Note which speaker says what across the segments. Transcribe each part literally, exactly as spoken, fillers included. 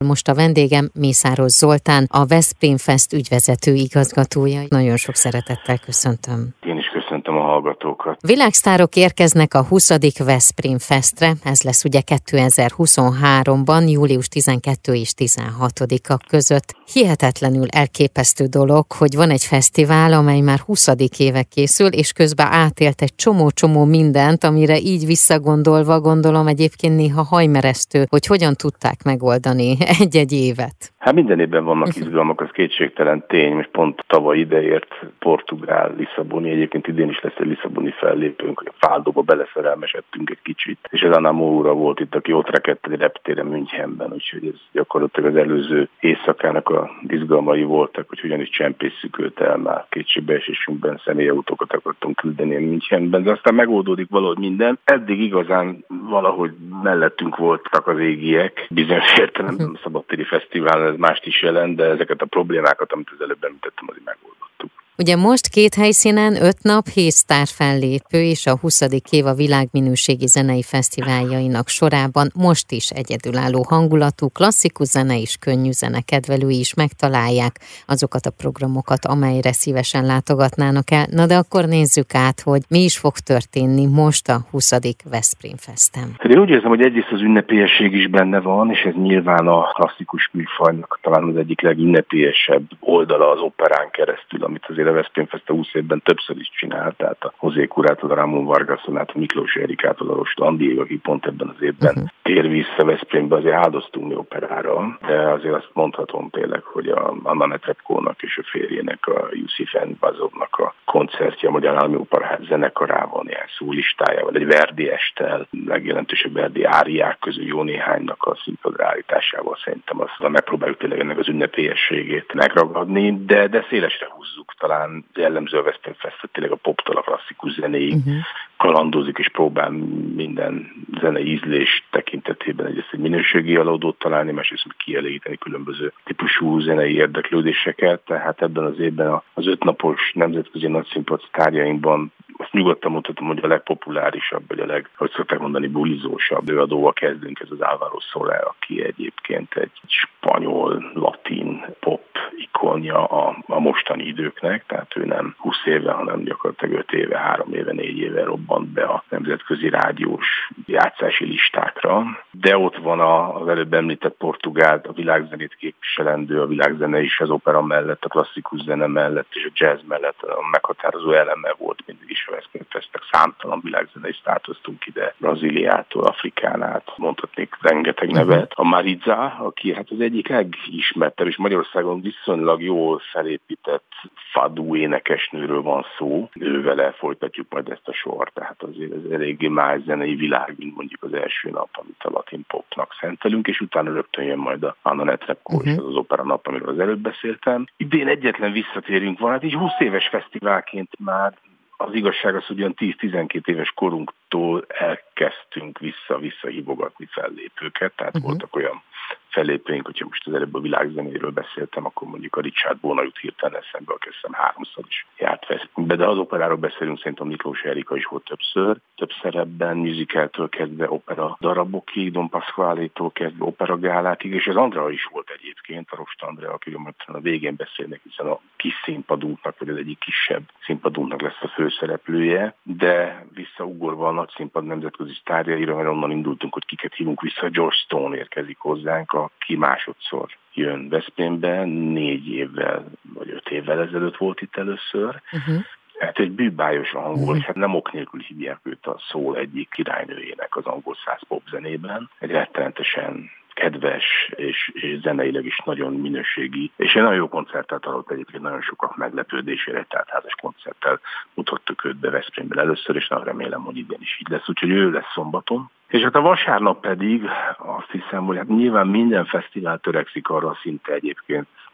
Speaker 1: Most a vendégem Mészáros Zoltán, a Veszprém Fest ügyvezető igazgatója. Nagyon sok szeretettel köszöntöm.
Speaker 2: Én is köszöntöm a hallgatókat.
Speaker 1: Világsztárok érkeznek a huszadik Veszprém Festre, ez lesz ugye kétezer-huszonháromban, július tizenkettő és tizenhatodika között. Hihetetlenül elképesztő dolog, hogy van egy fesztivál, amely már huszadik éve készül, és közben átélt egy csomó-csomó mindent, amire így visszagondolva gondolom egyébként néha hajmeresztő, hogy hogyan tudták megoldani egy-egy évet.
Speaker 2: Hát minden évben vannak izgalmak, az kétségtelen tény, most pont tavaly ideért portugál, lisszaboni, egyébként idén is lesz egy lisszaboni fellépőnk, hogy a Fáldóba beleszerelmesedtünk egy kicsit, és ez Anna Moura volt itt, aki ott rekedt egy reptéren Münchenben, úgyhogy ez gyakorlatilag az előző éjszakának a izgalmai voltak, hogy hogyan is csempészük őt el, már kétségbeesésünkben személyautókat akartunk küldeni a Münchenben, de aztán megoldódik valahogy minden. Eddig igazán valahogy mellettünk voltak az égiek, bizonyos értelemben a szabadtéri fesztivál ez mást is jelent, de ezeket a problémákat, amit az előbb említettem, azért megoldottuk.
Speaker 1: Ugye most két helyszínen, öt nap, hét sztár fellépő, és a huszadik év a világminőségi zenei fesztiváljainak sorában most is egyedülálló hangulatú, klasszikus zene és könnyű zene kedvelői is megtalálják azokat a programokat, amelyre szívesen látogatnának el. Na de akkor nézzük át, hogy mi is fog történni most a huszadik Veszprém Festen.
Speaker 2: Én úgy érzem, hogy egyrészt az ünnepélyesség is benne van, és ez nyilván a klasszikus műfajnak talán az egyik legünnepélyesebb oldala az operán keresztül, amit azért a Veszprém Fest a húsz évben többször is csinált, tehát a José Curától, a Ramón Vargason át, a Miklós Erikától, a Rost Andiék, aki pont ebben az évben uh-huh. tér vissza Veszprémbe, azért áldoztunk mi operára, de azért azt mondhatom tényleg, hogy a Anna Netrebkónak és a férjének, a Yusif Enbazovnak a koncertje, a Magyar Állami Operaház zenekarával, néhány szólistájával, egy Verdi estel, legjelentősebb Verdi áriák közül jó néhánynak a színpadra állításával szerintem azt megpróbáljuk tényleg ennek az ünnepélyességét megragadni, de, de szélesre húzzuk, talán jellemző a Veszprém Festet, tényleg a poptól a klasszikus zenéig uh-huh. kalandozik és próbál minden zenei ízlés tekintetében egyrészt egy minőségi előadót találni, másrészt kielégíteni különböző típusú zenei érdeklődéseket, tehát ebben az évben az ötnapos nemzetközi nagyszínpad sztárjainkban azt nyugodtan mondhatom, hogy a legpopulárisabb, vagy a leg, hogy szokták mondani, bulizósabb előadóval kezdünk, ez az Álvaro Soler, aki egyébként egy spanyol, latin, pop ikonja a, a mostani időknek, tehát ő nem húsz éve, hanem gyakorlatilag öt éve, három éve, négy éve robbant be a nemzetközi rádiós játszási listákra. De ott van a, az előbb említett portugált, a világzenét képviselendő, a világzene is az opera mellett, a klasszikus zene mellett és a jazz mellett a meghatározó eleme volt mindig is a Veszprém Festnek. Számtalan világzenei sztárt hoztunk ide, Brazíliától, Afrikán át, mondhatnék rengeteg nevet. A Maritza, aki hát az egyik legismertebb, és Magyarországon viszonylag jól felépített fadú énekesnőről van szó. Ővele folytatjuk majd ezt a sort, tehát azért ez eléggé más zenei világ, mint mondjuk az első nap, amit a latin popnak szentelünk, és utána rögtön jön majd a Anna Netrebko, uh-huh. és az, az opera nap, amiről az előbb beszéltem. Idén egyetlen visszatérünk van, hát így húsz éves fesztiválként már az igazság az, hogy olyan tíz-tizenkét éves korunktól elkezdtünk vissza-vissza hívogatni fellépőket, tehát uh-huh. voltak olyan fellépőink, hogyha most az előbb a világzenéről beszéltem, akkor mondjuk a Richard Bona jut hirtelen eszembe, aki hiszem háromszor is járt Veszprémbe, de az operáról beszélünk, szerintem Miklós Erika is volt többször, több szerepben, musicaltől kezdve opera darabokig, Don Pasquale-tól kezdve opera gálákig, és az Andrea is volt egyébként, a Rost Andrea, akiről majd a végén beszélnek, hiszen a kis színpadunknak, vagy az egyik kisebb színpadunknak lesz a főszereplője, de visszaugorva a nagy színpad nemzetközi sztárjaira, mert onnan indultunk, hogy kiket hívunk vissza, George Stone érkezik hozzánk, aki másodszor jön Veszprémbe, négy évvel vagy öt évvel ezelőtt volt itt először. Uh-huh. Hát egy bűbájos angol, uh-huh. hát nem ok nélkül hívják őt a szól egyik királynőjének az angol száz popzenében. Egy rettenetesen kedves és, és zeneileg is nagyon minőségi, és egy nagyon jó koncertet adott egyébként nagyon sokak meglepődésére, egy teltházas koncerttel mutattuk őt be Veszprémben először, és nagyon remélem, hogy idén is így lesz, úgyhogy ő lesz szombaton. És hát a vasárnap pedig azt hiszem, hogy hát nyilván minden fesztivál törekszik arra szinte egyébként,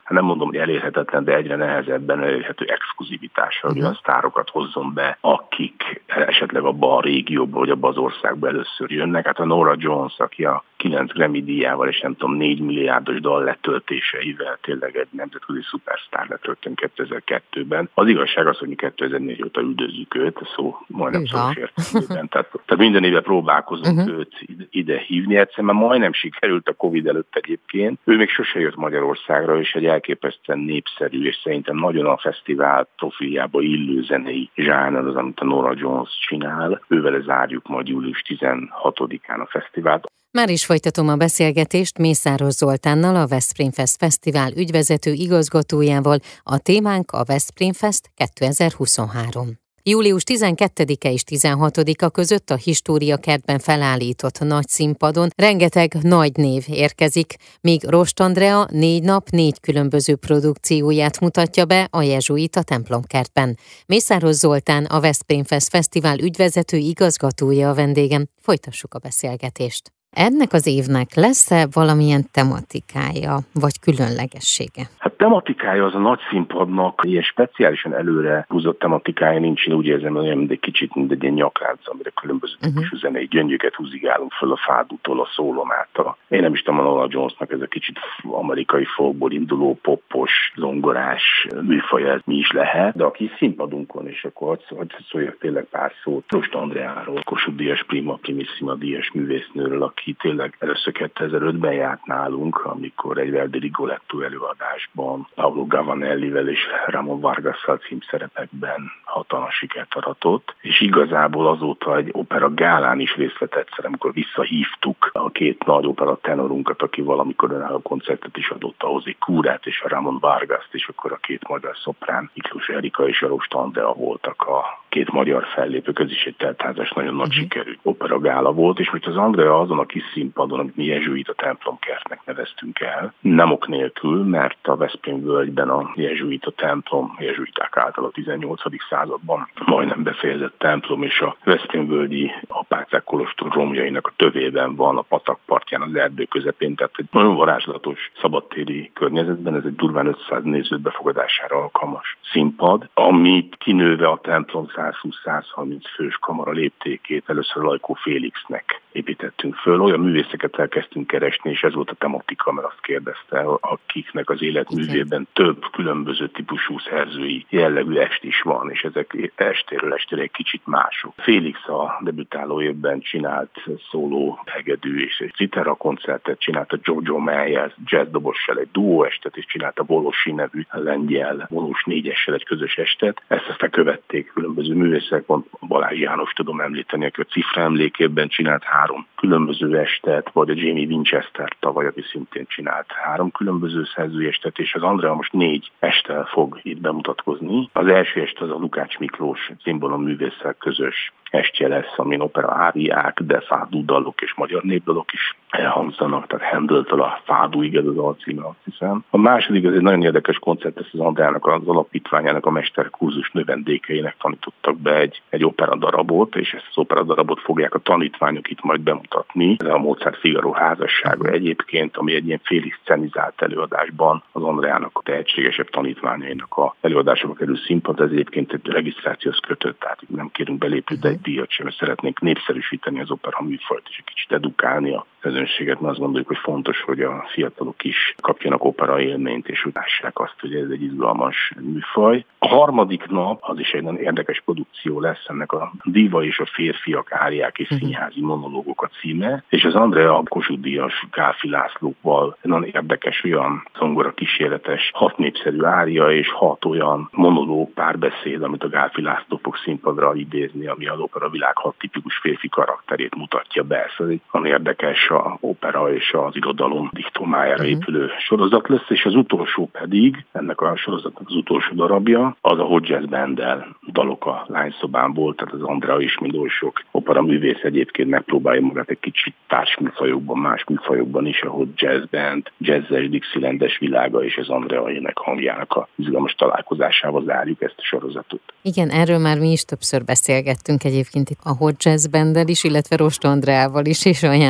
Speaker 2: nem mondom, hogy elérhetetlen, de egyre nehezebben elérhető exkluzivitással, hogy uh-huh. a sztárokat hozzon be, akik esetleg abban a régióban, vagy abban az országban először jönnek. Hát a Norah Jones, aki a kilenc Grammy díjával és nem tudom, négy milliárdos dal letöltéseivel tényleg egy nemzetközi szupersztár letöltünk kétezer-kettőben. Az igazság az, hogy mi kétezer-négy óta üldözzük őt, szó majdnem szoros értelmében. Tehát, tehát minden éve próbálkozunk uh-huh. őt ide hívni. Egyszerűen majdnem sikerült a Covid előtt egyébként. Ő még sose jött Magyarországra, és egy elképesztően népszerű, és szerintem nagyon a fesztivál profiljába illő zenei zsáner az, amit a Norah Jones csinál. Ővele zárjuk majd július tizenhatodikán a fesztivált.
Speaker 1: Már is folytatom a beszélgetést Mészáros Zoltánnal, a Veszprém Fest Fesztivál ügyvezető igazgatójával. A témánk a Veszprém Fest kétezer-huszonhárom. július tizenkettedike és tizenhatodika között a Históriakertben felállított nagy színpadon rengeteg nagy név érkezik, míg Rost Andrea négy nap négy különböző produkcióját mutatja be a Jezsuita templomkertben. Mészáros Zoltán, a Veszprém Fest Fesztivál ügyvezető igazgatója a vendégem. Folytassuk a beszélgetést. Ennek az évnek lesz-e valamilyen tematikája, vagy különlegessége?
Speaker 2: Hát tematikája az a nagy színpadnak, ilyen speciálisan előre húzott tematikája nincs, én úgy érzem, hogy olyan, mint egy kicsit, mint egy ilyen nyaklánc, amire különböző típusú uh-huh. zenei gyöngyöket húzigálunk föl a fádútól, a szólón át. Én nem is tudom, a Norah Jonesnak ez a kicsit amerikai folkból induló, poppos, zongorás műfaj, ez mi is lehet, de aki színpadunkon, és akkor hogy szóljak tényleg pár szót Rost Andreáról, Kossuth Díjas Prima Primissima díjas művésznőről, aki tényleg először kétezer-ötben járt nálunk, amikor egy Verdi Rigoletto előadásban Paolo Gavanellivel és Ramon Vargasszal címszerepekben hatalmas sikert aratott, és igazából azóta egy opera gálán is részt vett egyszer, amikor visszahívtuk a két nagy opera tenorunkat, aki valamikor önálló koncertet is adott, a José Curát és a Ramon Vargast, és akkor a két magyar szoprán, Miklós Erika és a Rost Andrea voltak a két magyar fellépők, ez is egy teltházas, nagyon nagy uh-huh. sikerű opera gála volt, és most az Andrea azon a kis színpadon, amit mi Jezsuita templomkertnek neveztünk el, nem ok nélkül, mert a Veszprém völgyben a Jezsuita templom, a jezsuiták által a tizennyolcadik században majdnem befejezett templom, és a Veszprém völgyi apácák kolostor romjainak a tövében van, a patak partján, az erdő közepén, tehát egy nagyon varázslatos szabadtéri környezetben, ez egy durván ötszáz néző befogadására alkalmas színpad, amit kinőve a templom száz-húsz-száz harminc fős kamara léptékét először Lajkó Félixnek építettünk föl. Olyan művészeket elkezdtünk keresni, és ez volt a tematika, mert azt kérdezte, akiknek az életművében több különböző típusú szerzői jellegű est is van, és ezek estéről estére egy kicsit mások. Félix a debütáló évben csinált szóló hegedű és egy citera koncertet, csinált a Jojo Mayer jazzdobossal egy duó estet, és csinált a Volosi nevű lengyel vonós négyessel egy közös estet. Ezt aztán követték különböző művészek, pont Balázs János tudom említeni, aki a Cifra emlékében csinált három különböző estet, vagy a Jamie Winchester tavaly, aki szintén csinált három különböző szerzői estet, és az Andrea most négy esttel fog itt bemutatkozni. Az első est az a Lukács Miklós szimbóluművésszel közös estje lesz, amin opera áriák, de fádú dalok és magyar népdalok is elhangzanak, tehát Handeltől a Fádúig, ez az alcíme, azt hiszem. A második az egy nagyon érdekes koncert, ez az Andreának az alapítványának, a mesterkurzus növendékeinek tanítottak be egy, egy operadarabot, és ezt az operadarabot fogják a tanítványok itt majd bemutatni. Ez a Mozart Figaro házassága egyébként, ami egy ilyen félig szcenizált előadásban az Andreának a tehetségesebb tanítványainak a előadásokba kerül színpad, ez egyébként egy regisztrációhoz kötött, tehát nem kérünk belépni, de egy díjat sem, szeretnénk népszerűsíteni az opera műfajt, és egy kicsit edukálni a közönséget, mert azt gondoljuk, hogy fontos, hogy a fiatalok is kapjanak opera élményt, és lássák azt, hogy ez egy izgalmas műfaj. A harmadik nap az is egy nagyon érdekes produkció lesz, ennek a Diva és a férfiak áriák és színházi monológok a címe, és az Andrea Kossuth Díjas Gálfi Lászlóval egy nagyon érdekes, olyan zongora kísérletes, hat népszerű ária és hat olyan monológ párbeszéd, amit a Gálfi László fog színpadra idézni, ami az opera világ hat tipikus férfi karakterét mutatja be. Ez egy nagyon érdekes a opera és az irodalom diktomájára épülő sorozat lesz, és az utolsó pedig, ennek a sorozatnak az utolsó darabja, az a Hot Jazz Banddel dalok a lányszobámból, tehát az Andrea is, mint oly sok opera művész egyébként megpróbálja magát egy kicsit társműfajokban, más műfajokban is, a Hot Jazz Band, jazzes, Dixielandes világa és az Andrea ének hangjának a izgalmas találkozásával zárjuk ezt a sorozatot.
Speaker 1: Igen, erről már mi is többször beszélgettünk egyébként itt a Hot Jazz Banddel is, illetve Rost Andreával is, és ajánlottuk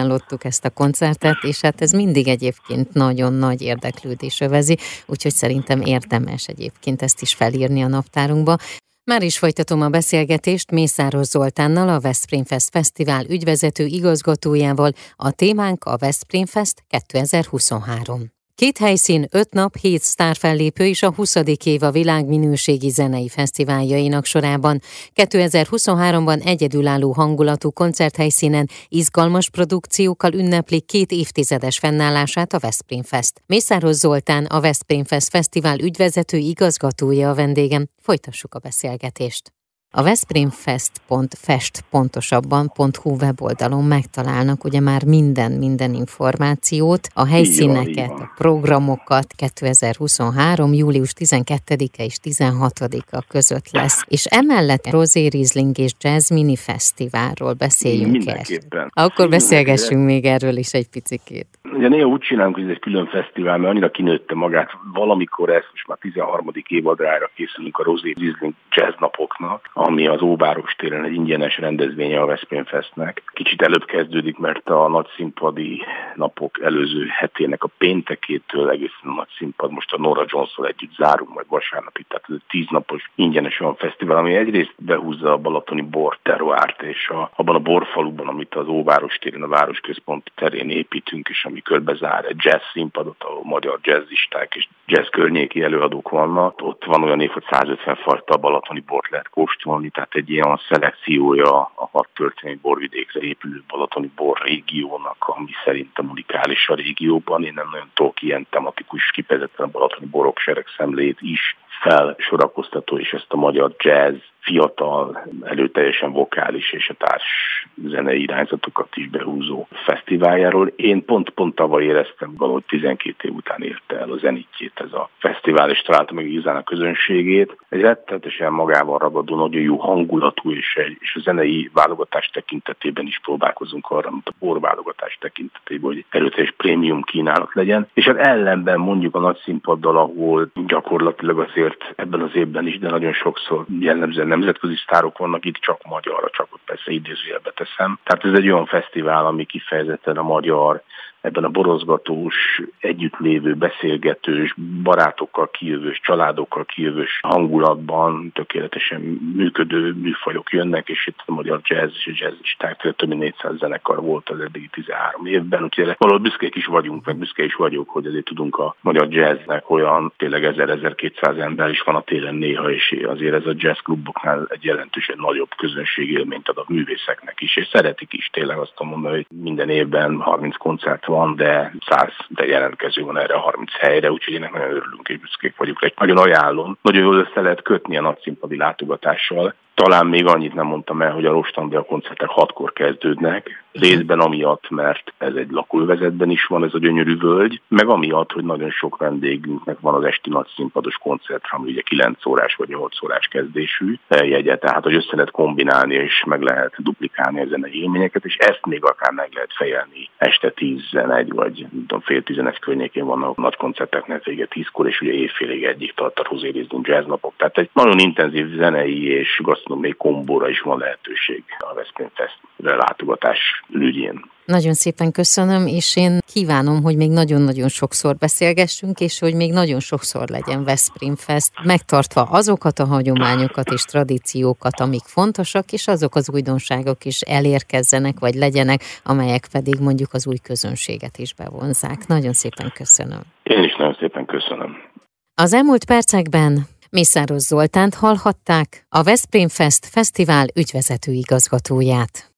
Speaker 1: ezt a koncertet, és hát ez mindig egyébként nagyon nagy érdeklődés övezi, úgyhogy szerintem érdemes egyébként ezt is felírni a naptárunkba. Már is folytatom a beszélgetést Mészáros Zoltánnal, a Veszprém Fest Fesztivál ügyvezető igazgatójával. A témánk a Veszprém Fest kétezer-huszonhárom. Két helyszín, öt nap, hét sztárfellépő és a huszadik év a világminőségi zenei fesztiváljainak sorában. kétezer-huszonháromban egyedülálló hangulatú koncerthelyszínen izgalmas produkciókkal ünneplik két évtizedes fennállását a Veszprém Fest. Mészáros Zoltán, a Veszprém Fest Fesztivál ügyvezető igazgatója a vendégem. Folytassuk a beszélgetést. A veszprémfest pont fest pontosabban .hu weboldalon megtalálnak ugye már minden, minden információt, a helyszíneket, a programokat. kétezer-huszonhárom. július tizenkettedike és tizenhatodika között lesz. És emellett Rosé Riesling és Jazz Mini Fesztiválról beszéljünk el. Akkor beszélgessünk még erről is egy picikét.
Speaker 2: Ugye néha úgy csinálunk, hogy ez egy külön fesztivál, mert annyira kinőtte magát. Valamikor ezt most már tizenharmadik évadrára készülünk a Rosé Riesling Jazz napoknak, ami az Óváros téren egy ingyenes rendezvénye a Veszprém Festnek. Kicsit előbb kezdődik, mert a nagyszínpadi napok előző hetének a péntekétől egészen a nagy színpad, most a Norah Jones-szal együtt zárunk, majd vasárnapig, tehát ez egy tíznapos ingyenes olyan fesztivál, ami egyrészt behúzza a balatoni bor terroárt, és a, abban a borfaluban, amit az Óváros téren, a városközpont terén építünk, és ami körbezár egy jazz színpadot, ahol magyar jazzisták és jazz környéki előadók vannak. Ott van olyan év, hogy százötven fajta balatoni bort lehet kóstolni, tehát egy ilyen szelekciója a hat történelmi borvidékre épülő balatoni bor régiónak, ami szerintem unikális a régióban. Én nem nagyon tudok ilyen tematikus, kifejezetten a balatoni borok seregszemlét is felsorakoztató, és ezt a magyar jazz, fiatal, előteljesen vokális és a társ zenei irányzatokat is behúzó fesztiváljáról. Én pont-pont tavaly éreztem, valahogy tizenkét év után érte el a zenitjét ez a fesztivál, és találta meg igazán a közönségét. Egy rettenetesen magával ragadó, nagyon jó hangulatú, és, egy, és a zenei válogatás tekintetében is próbálkozunk arra, mint a borválogatás tekintetében, hogy erőteljes prémium kínálat legyen. És hát ellenben mondjuk a nagy színpaddal, ahol gyakorlatilag azért ebben az évben is, de nagyon sokszor jellemzően nemzetközi sztárok vannak, itt csak magyarra, csak ott persze idézőjelbe teszem. Tehát ez egy olyan fesztivál, ami kifejezetten a magyar, ebben a borozgatós, együttlévő, beszélgetős, barátokkal kijövős, családokkal kijövős hangulatban tökéletesen működő műfajok jönnek, és itt a magyar jazz és a jazzisták, több mint négyszáz zenekar volt az eddigi tizenhárom évben, úgyhogy valahol büszkék is vagyunk, meg büszke is vagyok, hogy azért tudunk a magyar jazznek olyan tényleg ezer-ezerkétszáz ember is van a téren néha, és azért ez a jazzkluboknál egy jelentősen nagyobb közönségélményt ad a művészeknek is, és szeretik is tényleg azt mondani, hogy minden évben harminc koncert van, de száz de jelentkező van erre a harminc helyre, úgyhogy ennek nagyon örülünk és büszkék vagyunk. Egy nagyon ajánlom, nagyon jól össze lehet kötni a nagyszínpadi látogatással. Talán még annyit nem mondtam el, hogy a Rostandia koncertek hatkor kezdődnek, részben amiatt, mert ez egy lakóövezetben is van, ez a gyönyörű völgy, meg amiatt, hogy nagyon sok vendégünknek van az esti nagyszínpados koncertre, ami ugye kilenc órás vagy nyolc órás kezdésű jegye, tehát hogy össze lehet kombinálni és meg lehet duplikálni a zenei élményeket, és ezt még akár meg lehet fejelni este tizenegy vagy tudom, fél tizenegy környékén vannak nagy koncerteknek vége tízkor, és ugye évfélig egyik tart a Rosé Riesling Jazz napok. Tehát egy nagyon intenzív zenei és még kombóra is van lehetőség a Veszprém Festre látogatás ügyén.
Speaker 1: Nagyon szépen köszönöm, és én kívánom, hogy még nagyon-nagyon sokszor beszélgessünk, és hogy még nagyon sokszor legyen Veszprém Fest, megtartva azokat a hagyományokat és tradíciókat, amik fontosak, és azok az újdonságok is elérkezzenek, vagy legyenek, amelyek pedig mondjuk az új közönséget is bevonzák. Nagyon szépen köszönöm.
Speaker 2: Én is nagyon szépen köszönöm.
Speaker 1: Az elmúlt percekben Mészáros Zoltánt hallhatták, a Veszprém Fest Fesztivál ügyvezető igazgatóját.